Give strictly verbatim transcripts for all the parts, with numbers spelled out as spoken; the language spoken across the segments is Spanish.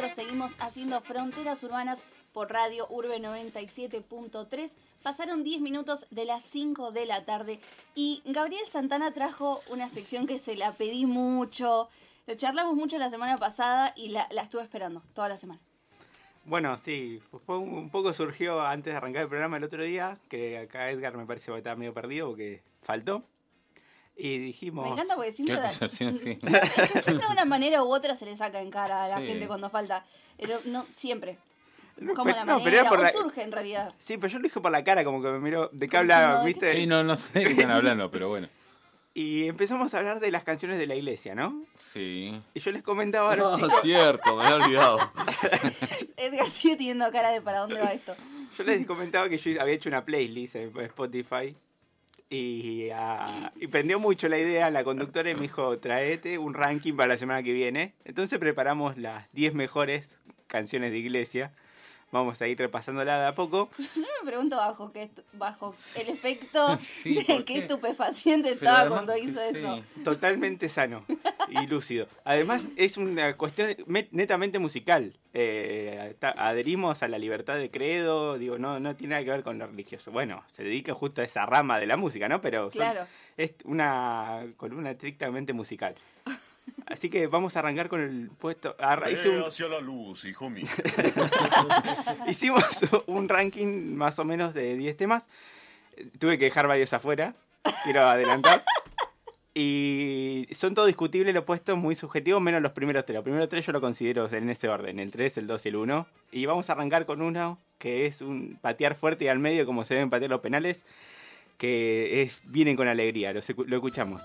nosotros seguimos haciendo Fronteras Urbanas por Radio Urbe noventa y siete punto tres. Pasaron diez minutos de las cinco de la tarde y Gabriel Santana trajo una sección que se la pedí mucho. Lo charlamos mucho la semana pasada y la, la estuve esperando toda la semana. Bueno, sí, fue un, un poco surgió antes de arrancar el programa el otro día, que acá Edgar me parece que estaba medio perdido porque faltó. Y dijimos... Me encanta porque siempre... ¿Qué acusación? Sí. Es que siempre de una manera u otra se le saca en cara a la Sí. gente cuando falta. Pero no siempre. No, Como pero- la no, manera, pero era por o la- surge en realidad. Sí, pero yo lo dije por la cara, como que me miró, ¿de qué Como hablaba? diciendo, ¿de ¿Viste? Sí, no, no sé de qué están hablando, pero bueno. Y empezamos a hablar de las canciones de la iglesia, ¿no? Sí. Y yo les comentaba a los No, chicos, cierto, me había olvidado. Edgar sigue teniendo cara de para dónde va esto. yo les comentaba que yo había hecho una playlist en Spotify y, ah, y prendió mucho la idea la conductora y me dijo, traete un ranking para la semana que viene. Entonces preparamos las diez mejores canciones de iglesia. Vamos a ir repasándola de a poco. Yo me pregunto bajo qué estu- bajo el efecto Sí, de ¿por qué qué? estupefaciente Pero estaba además- cuando hizo sí. eso. Totalmente sano y lúcido. Además, es una cuestión met- netamente musical. Eh, está- adherimos a la libertad de credo, digo, no, no tiene nada que ver con lo religioso. Bueno, se dedica justo a esa rama de la música, ¿no? Pero son- Claro. es una columna estrictamente musical. Así que vamos a arrancar con el puesto. arra- hice Ve un- hacia la luz, hijo mío. hicimos un ranking más o menos de diez temas. Tuve que dejar varios afuera, quiero adelantar. Y son todo discutibles los puestos, muy subjetivos, menos los primeros tres. Los primeros tres yo lo considero en ese orden, el tres, el dos y el uno. Y vamos a arrancar con uno que es un patear fuerte y al medio, como se deben patear los penales, que es vienen con alegría, lo, secu- lo escuchamos.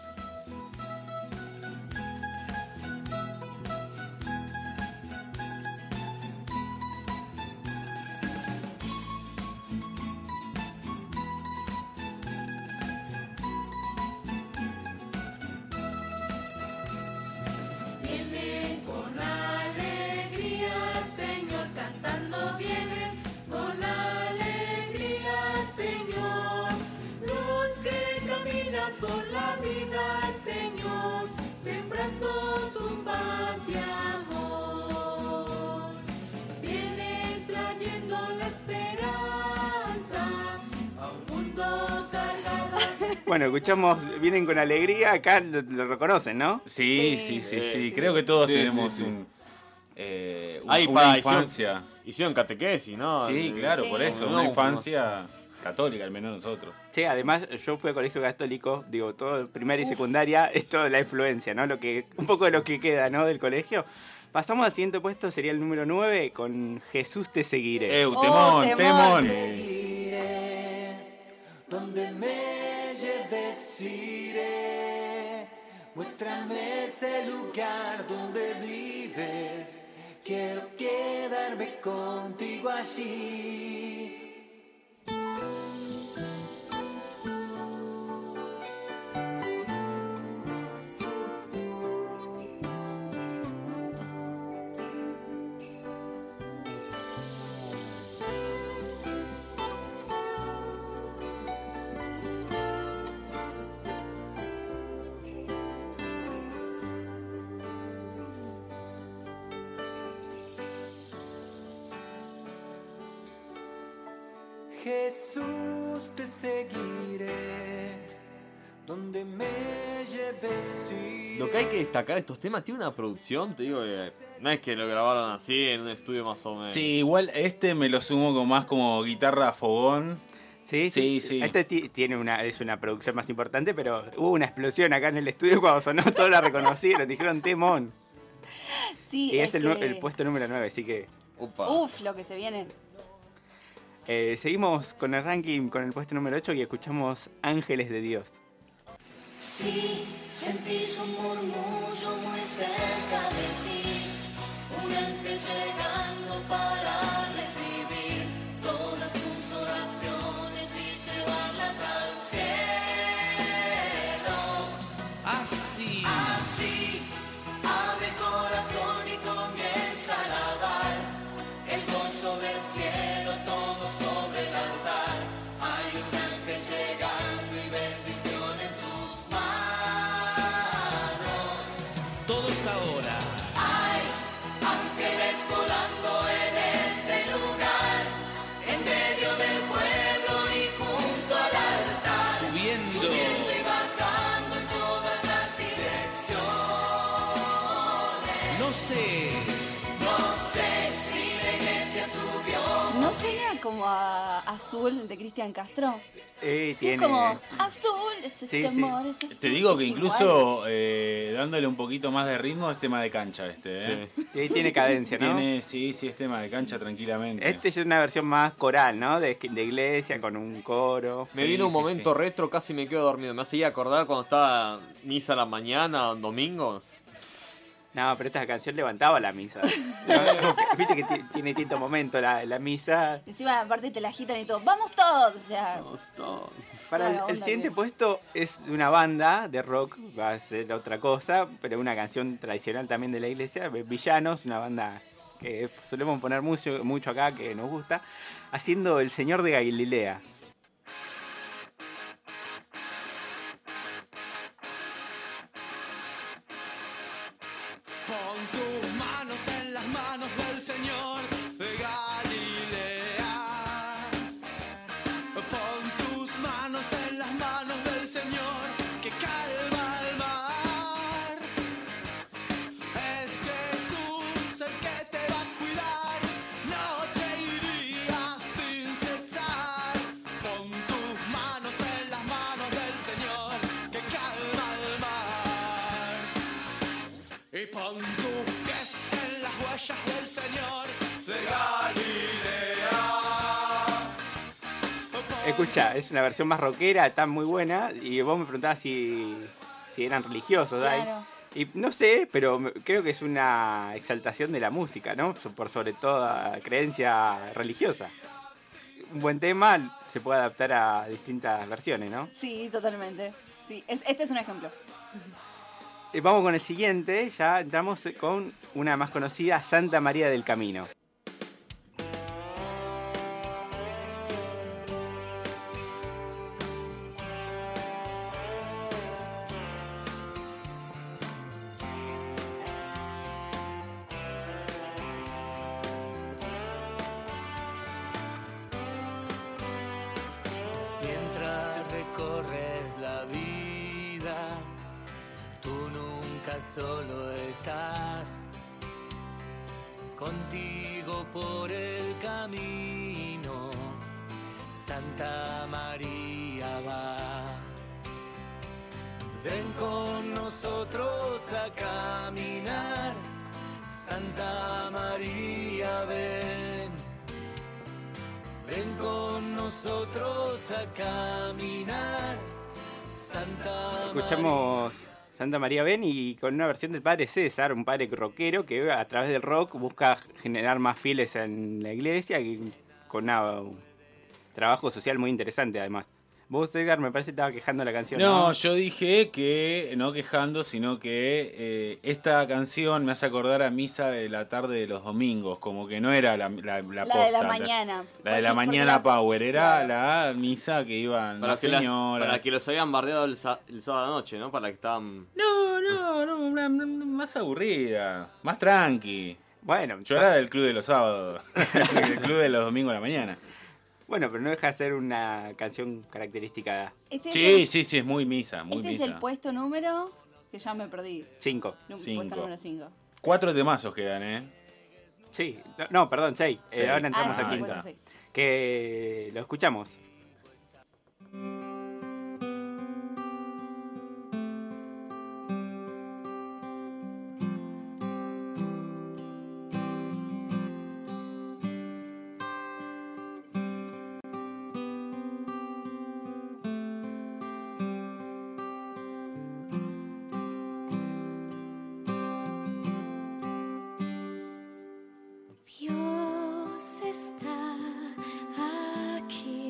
Vienen con alegría, Señor, cantando vienen con alegría, Señor. Los que caminan por la vida, Señor, sembrando tu paz y amor. Vienen trayendo la esperanza a un mundo cargado. Bueno, escuchamos Vienen con alegría, acá lo, lo reconocen, ¿no? Sí, Sí. sí, sí, sí. Creo que todos Sí, tenemos sí, sí. un... Eh, un- Ahí, una pa, infancia. Hicieron, hicieron catequesis, ¿no? Sí, claro, Sí. por eso. No, Una no, infancia católica, al menos nosotros. Sí, además yo fui a colegio católico, digo, todo primaria y secundaria, es toda la influencia, ¿no? Lo que, un poco de lo que queda, ¿no? Del colegio. Pasamos al siguiente puesto, sería el número nueve, con Jesús te seguiré. Eu, Oh, temón, temón. temón. Iré, donde me lleves iré, muéstrame ese lugar donde vives, quiero quedarme contigo allí. Jesús te seguiré, donde me lleves iré. Lo que hay que destacar, estos temas tiene una producción, te digo que no es que lo grabaron así en un estudio más o menos. Sí, igual este me lo sumo como más como guitarra fogón. Sí, Sí, sí. Este ti- tiene una, es una producción más importante, pero hubo una explosión acá en el estudio cuando sonó, todos la reconocieron, dijeron temón. Sí, Y es el, nu- que- el puesto número nueve, así que... Upa. Uf, lo que se viene. eh, seguimos con el ranking, con el puesto número ocho y escuchamos Ángeles de Dios. Si sentís un murmullo muy cerca de ti, un ángel llegando para recibir todas tus oraciones y llevarlas al cielo. Así, Así, abre corazón y comienza a alabar el gozo del cielo, todo sobre el altar. Hay un ángel llegando y bendición en sus manos. todos ahora. no sé. No sé si la iglesia subió. ¿No suena como a Azul de Cristian Castro? Eh, tiene... Es como Azul, es este Sí, sí. amor, es azul. Te digo que Es incluso eh, dándole un poquito más de ritmo es tema de cancha este, ¿eh? Sí. Sí, tiene cadencia, ¿no? Tiene, sí, sí, es tema de cancha tranquilamente. Este es una versión más coral, ¿no? De, de iglesia, con un coro. Me Sí, vino un sí, momento sí. retro, casi me quedo dormido. Me hacía acordar cuando estaba misa a la mañana, domingos. No, pero esta canción levantaba la misa. ¿No? Viste que t- tiene distinto momento la, la misa. Encima, aparte, te la agitan y todo. ¡Vamos todos! O sea, Para el, Toda la el onda siguiente que- puesto es de una banda de rock, va a ser otra cosa, pero una canción tradicional también de la iglesia, Villanos, una banda que solemos poner mucho, mucho acá, que nos gusta, haciendo El Señor de Galilea. Pon tus manos en las manos del Señor de Galilea. Pon tus manos en las manos del Señor que calma el mar. Es Jesús el que te va a cuidar noche y día sin cesar. Pon tus manos en las manos del Señor que calma el mar. Y pon tus pies en las huellas del Señor de Galilea. Escucha, es una versión más rockera, está muy buena, y vos me preguntabas si, si eran religiosos, ¿ay? claro. Y no sé, pero me- creo que es una exaltación de la música, ¿no? So- Por sobre toda creencia religiosa. Un buen tema se puede adaptar a distintas versiones, ¿no? Sí, totalmente. Sí, es- este es un ejemplo. Y vamos con el siguiente, ya entramos con una más conocida, Santa María del Camino. Mientras recorres la vida, tú nunca solo estás. Contigo por el camino, Santa María va. Ven con nosotros a caminar, Santa María, ven. Ven con nosotros a caminar, Santa Escuchamos Santa María Ven y con una versión del padre César, un padre rockero que a través del rock busca generar más fieles en la iglesia y con una- un trabajo social muy interesante además. Vos, Edgar, me parece que estaba quejando la canción. No, yo dije que, no quejando, sino que eh, esta canción me hace acordar a misa de la tarde de los domingos, como que no era la, la, la, La de la posta, mañana. La de la Porque- mañana porque la- Power, era claro. la misa que iban Para las que, las- señoras. para que los habían bardeado el, sa- el sábado a la noche, ¿no? Para que estaban... No, no, no, una- una- más aburrida, más tranqui. Bueno, Yo era del club de los sábados, el club de los domingos a la mañana. bueno, pero no deja de ser una canción característica Este, Sí, es, el, sí, sí, es muy misa, muy este es misa. el puesto número que ya me perdí. cinco. Nu- Cinco. Puesto número cinco. Cuatro temazos quedan, ¿eh? Sí, no, no, perdón, seis. Seis. Eh, ahora entramos Ah, a sí, quinta. bueno, seis. Que lo escuchamos. Dios está aquí,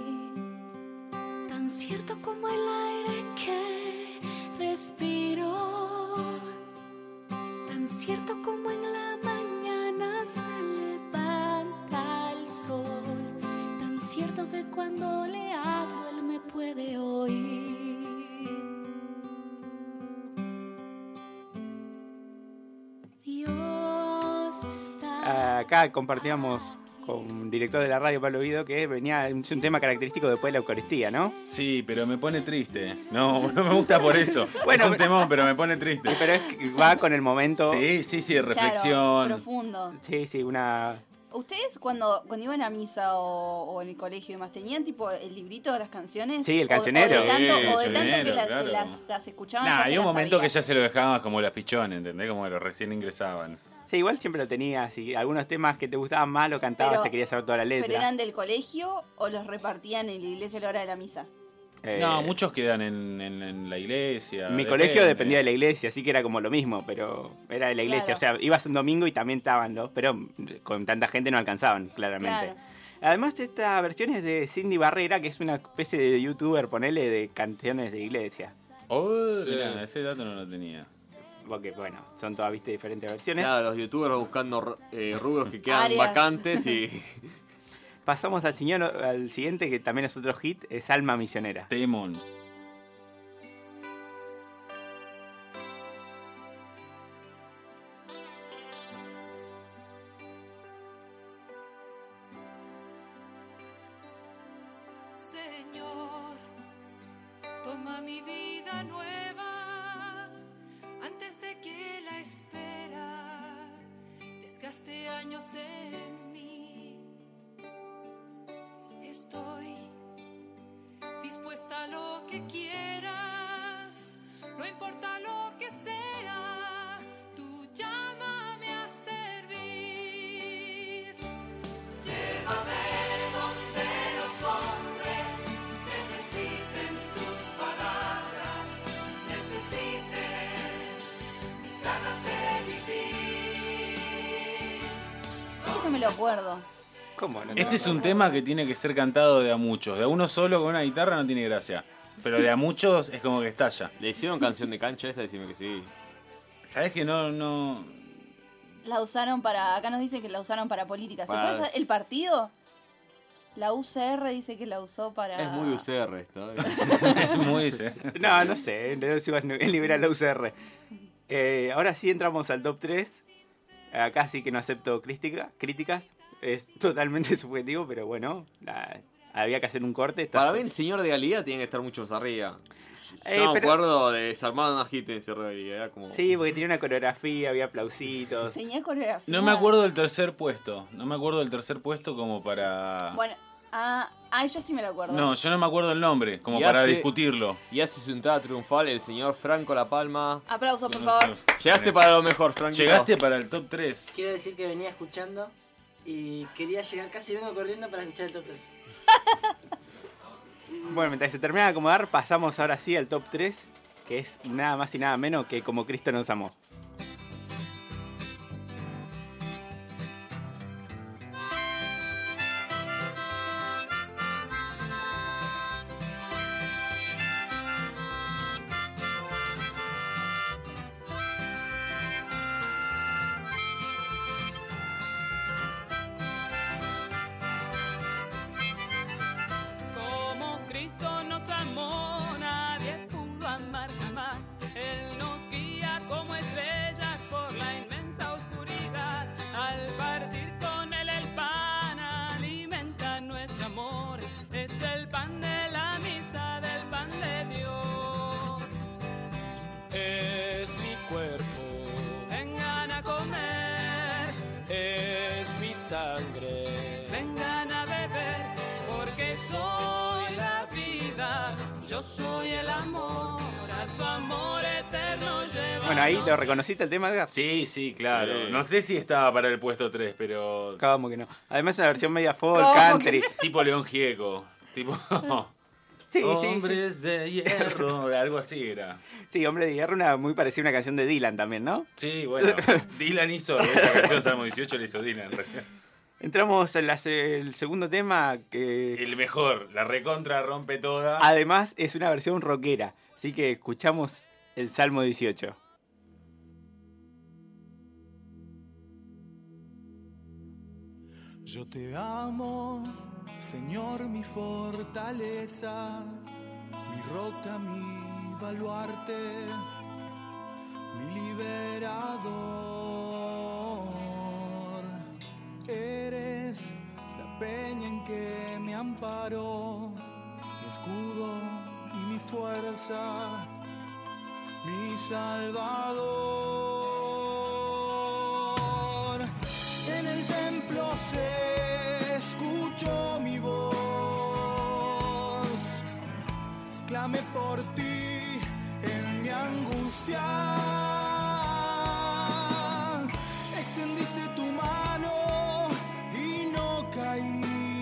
tan cierto como el aire que respiro, tan cierto como en la mañana se levanta el sol, tan cierto que cuando le hablo él me puede oír. Dios está Acá compartíamos con un director de la radio, Pablo Guido, que venía, es un tema característico después de la Eucaristía, ¿no? Sí, pero me pone triste. No, no me gusta por eso. Bueno, es un temón, pero me pone triste. Sí, pero es que va con el momento. Sí, sí, sí, reflexión. Claro, profundo. Sí, sí, una... ¿Ustedes cuando, cuando iban a misa o, o en el colegio y demás, tenían tipo el librito de las canciones? Sí, el O- cancionero. O, de tanto, Sí, o de tanto que cancionero, las, claro. las, las escuchaban. Nah, ya se hay un las momento que sabían. ya se lo dejábamos como las pichones, ¿entendés? Como los recién ingresaban. Sí, igual siempre lo tenías. Y algunos temas que te gustaban más lo cantabas, Pero- te querías saber toda la letra. ¿Pero eran del colegio o los repartían en la iglesia a la hora de la misa? Eh, No, muchos quedan en, en- en la iglesia. Mi depende. colegio dependía de la iglesia, así que era como lo mismo, pero era de la iglesia. Claro. O sea, ibas un domingo y también estaban, ¿no? Pero con tanta gente no alcanzaban, claramente. Claro. Además, esta versión es de Cindy Barrera, que es una especie de youtuber, ponele, de canciones de iglesia. Oh, Sí. mirá, ese dato no lo tenía. Porque, bueno, son todas, viste, diferentes versiones. Claro, los youtubers buscando eh, rubros que quedan Áreas. vacantes y... Pasamos al, señor, al siguiente, que también es otro hit, es Alma Misionera. Temón. Señor, toma mi vida nueva antes de que la espera desgaste años en mí. Estoy dispuesta a lo que quieras, no importa lo que sea, tú llámame a servir. Llévame donde los hombres necesiten tus palabras, necesiten mis ganas de vivir. Esto no me lo acuerdo. ¿Cómo? No, Este es un tema que tiene que ser cantado de a muchos. De a uno solo con una guitarra no tiene gracia. Pero de a muchos es como que estalla. ¿Le hicieron canción de cancha esta? Decime que sí. ¿Sabés que no, no. La usaron para... Acá nos dicen que la usaron para política. ¿Se Para- puede saber el partido? La U C R dice que la usó para... Es muy U C R esto. ¿eh? Muy dice. No, no sé, no sé si vas a liberar la U C R. Eh, ahora sí entramos al top tres. Acá sí que no acepto crítica, críticas. Es totalmente subjetivo, pero bueno, la- había que hacer un corte. Está- Para mí el señor de Galilea tiene que estar mucho más arriba. Yo Eh, me pero- acuerdo de desarmar una hit en Cerro de Galilea. Era como... Sí, porque tenía una coreografía, había aplausitos. Tenía coreografía. No me acuerdo del tercer puesto. No me acuerdo del tercer puesto como para. Bueno, ah, ah, yo sí me lo acuerdo. No, yo no me acuerdo el nombre, como Y para hace- discutirlo. Y hace su entrada triunfal el señor Franco La Palma. Aplausos, por favor. Llegaste para lo mejor, Franco. Llegaste para el top tres. Quiero decir que venía escuchando y quería llegar, casi vengo corriendo para escuchar el top tres. Bueno, mientras se termina de acomodar, pasamos ahora sí al top tres, que es nada más y nada menos que Como Cristo nos amó. Como Cristo nos amó, nadie pudo amar jamás. Él nos guía como estrellas por la inmensa oscuridad. Al partir con él el pan, alimenta nuestro amor. Es el pan de la amistad, el pan de Dios. Es mi cuerpo, Vengan a comer, es mi sangre. vengan a beber, porque soy la vida. Yo soy el amor, a tu amor eterno lleva. Bueno, ahí lo reconociste el tema, Edgar. Sí, sí, claro. Sí. No sé si estaba para el puesto tres, pero. Como que no. Además es una versión media folk, ¿Cómo country. Tipo León Gieco. Tipo. Sí, sí, sí. Hombres de hierro. Algo así era. Sí, Hombre de Guerra, una muy parecida a una canción de Dylan también, ¿no? Sí, bueno. Dylan hizo. Esta canción Salmo dieciocho le hizo Dylan. en realidad. Entramos en la se- el segundo tema, que El mejor. La recontra rompe toda. además es una versión rockera. Así que escuchamos el Salmo dieciocho. Yo te amo, Señor, mi fortaleza, mi roca, mi baluarte, mi liberador. Eres amparo, mi escudo y mi fuerza, mi Salvador. En el templo se escuchó mi voz, clamé por ti en mi angustia. Extendiste tu mano y no caí.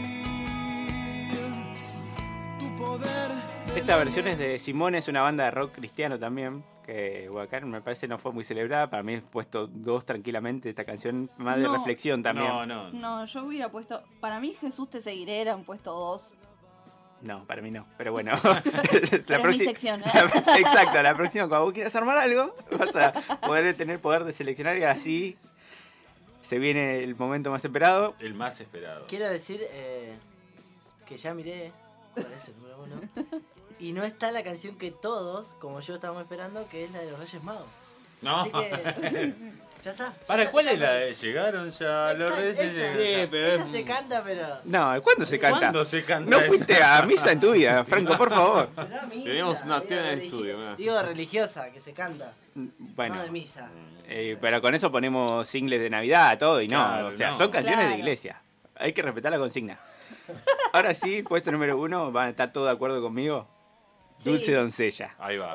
Tu poder. Esta versión es de Simone, es una banda de rock cristiano también, que bueno, acá me parece no fue muy celebrada. Para mí he puesto dos tranquilamente, esta canción más de No. reflexión también. No, no. No, yo hubiera puesto. Para mí, Jesús te seguiré, eran puesto dos. No, para mí no, pero bueno. Pero es mi proxi- sección, ¿eh? la- exacto, la próxima, cuando vos quieras armar algo, vas a poder tener poder de seleccionar y así se viene el momento más esperado. El más esperado. Quiero decir eh, que ya miré cuál es el número uno. Y no está la canción que todos, como yo, estábamos esperando, que es la de los Reyes Magos. No. Así que. Ya está. ¿Para ya- cuál ya es la me- de llegaron ya los Exacto, reyes? esa. Sí, pero Esa es- se canta, pero. No, ¿cuándo se canta? ¿Cuándo se canta No esa? fuiste a misa en tu vida, Franco, por favor. pero no misa, Tenemos una digo, tía en el religi- estudio, mirá. Digo religiosa, que se canta. Bueno, No de misa. eh, pero con eso ponemos singles de Navidad, todo, y no, Claro, o sea, no. son canciones Claro. de iglesia. Hay que respetar la consigna. Ahora sí, puesto número uno, van a estar todos de acuerdo conmigo. Sí. Dulce Doncella. Ahí va.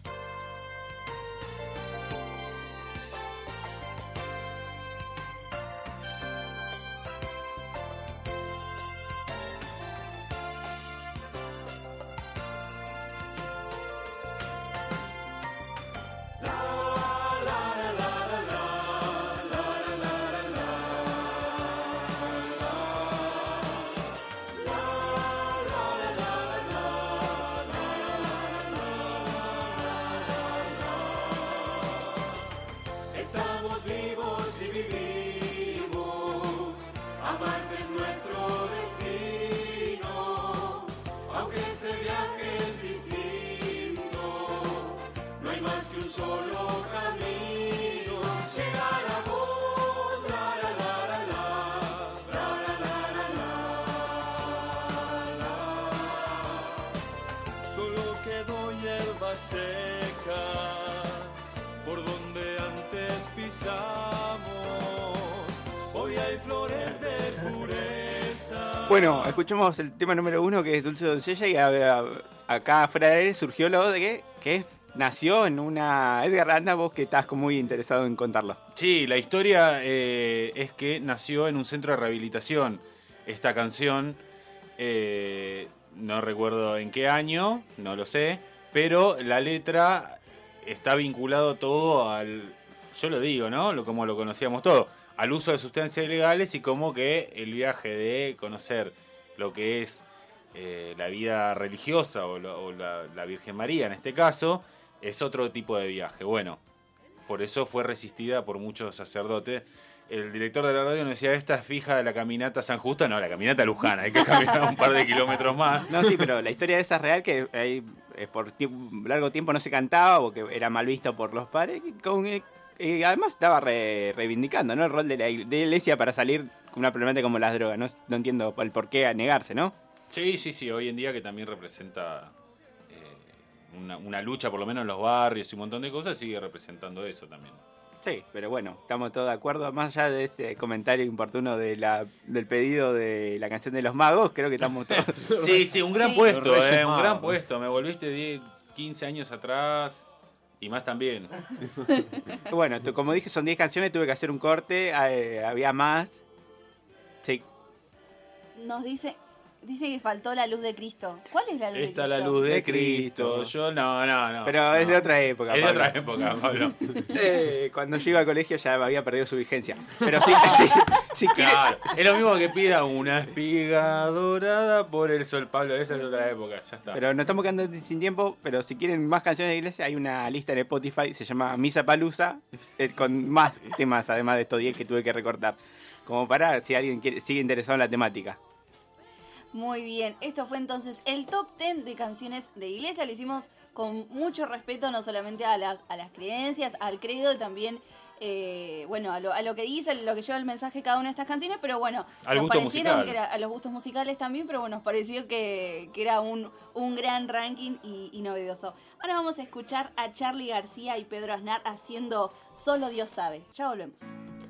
Estamos vivos y vivimos, amarte es nuestro destino, aunque este viaje es distinto, no hay más que un solo camino, llegar a vos, la la la la la, la la la la la la. Solo quedó hierba seca por donde antes pisamos. Hoy hay flores de pureza. Bueno, escuchemos el tema número uno, que es Dulce Doncella, y a- a- acá fuera de aire surgió lo de que, que es- nació en una... Edgar, anda vos que estás como muy interesado en contarlo. Sí, la historia eh, es que nació en un centro de rehabilitación. Esta canción, eh, no recuerdo en qué año, no lo sé, pero la letra está vinculado todo al, yo lo digo, ¿no? Lo, como lo conocíamos todo, al uso de sustancias ilegales y como que el viaje de conocer lo que es eh, la vida religiosa o, la, o la, la Virgen María en este caso, es otro tipo de viaje. Bueno, por eso fue resistida por muchos sacerdotes. El director de la radio nos decía, esta es fija de la caminata San Justo. No, la caminata Luján, hay que caminar un par de kilómetros más. No, sí, pero la historia de esa es real, que ahí, eh, por tiemp- largo tiempo no se cantaba porque era mal visto por los padres. Y con, eh, eh, además estaba re- reivindicando, ¿no?, el rol de la, ig- de la iglesia para salir con una problemática como las drogas. No, no entiendo el por qué a negarse, ¿no? Sí, sí, sí, hoy en día que también representa eh, una, una lucha, por lo menos en los barrios y un montón de cosas, sigue representando eso también. Sí, pero bueno, estamos todos de acuerdo. Más allá de este comentario importuno de la, del pedido de la canción de los magos, creo que estamos todos... Sí, sí, un gran Sí. puesto, Los Reyes eh, un Magos. gran puesto. Me volviste diez, quince años atrás y más también. Bueno, tu- como dije, son diez canciones, tuve que hacer un corte, eh, había más. Sí, Nos dice. Dice que faltó la luz de Cristo. ¿Cuál es la luz Esta de la Cristo? luz de De Cristo. Cristo. Yo no, no, no. pero es no. de otra época. Es de Pablo. otra época, Pablo. Eh, cuando yo iba al colegio ya había perdido su vigencia. Pero sí, sí, si quieren- Claro, es lo mismo que pida una espiga dorada por el sol, Pablo. Esa es de otra época, ya está. Pero nos estamos quedando sin tiempo, pero si quieren más canciones de iglesia, hay una lista en Spotify, se llama Misa Palusa, eh, con más temas, además de estos diez que tuve que recortar. Como para, si alguien quiere, sigue interesado en la temática. Muy bien, esto fue entonces el top diez de canciones de iglesia. Lo hicimos con mucho respeto no solamente a las, a las creencias, al credo, y también eh, bueno, a lo, a lo que dice, lo que lleva el mensaje cada una de estas canciones, pero bueno, Al nos gusto parecieron musical. que era, a los gustos musicales también, pero bueno, nos pareció que, que era un, un gran ranking y, y novedoso. Ahora vamos a escuchar a Charly García y Pedro Aznar haciendo Solo Dios sabe. Ya volvemos.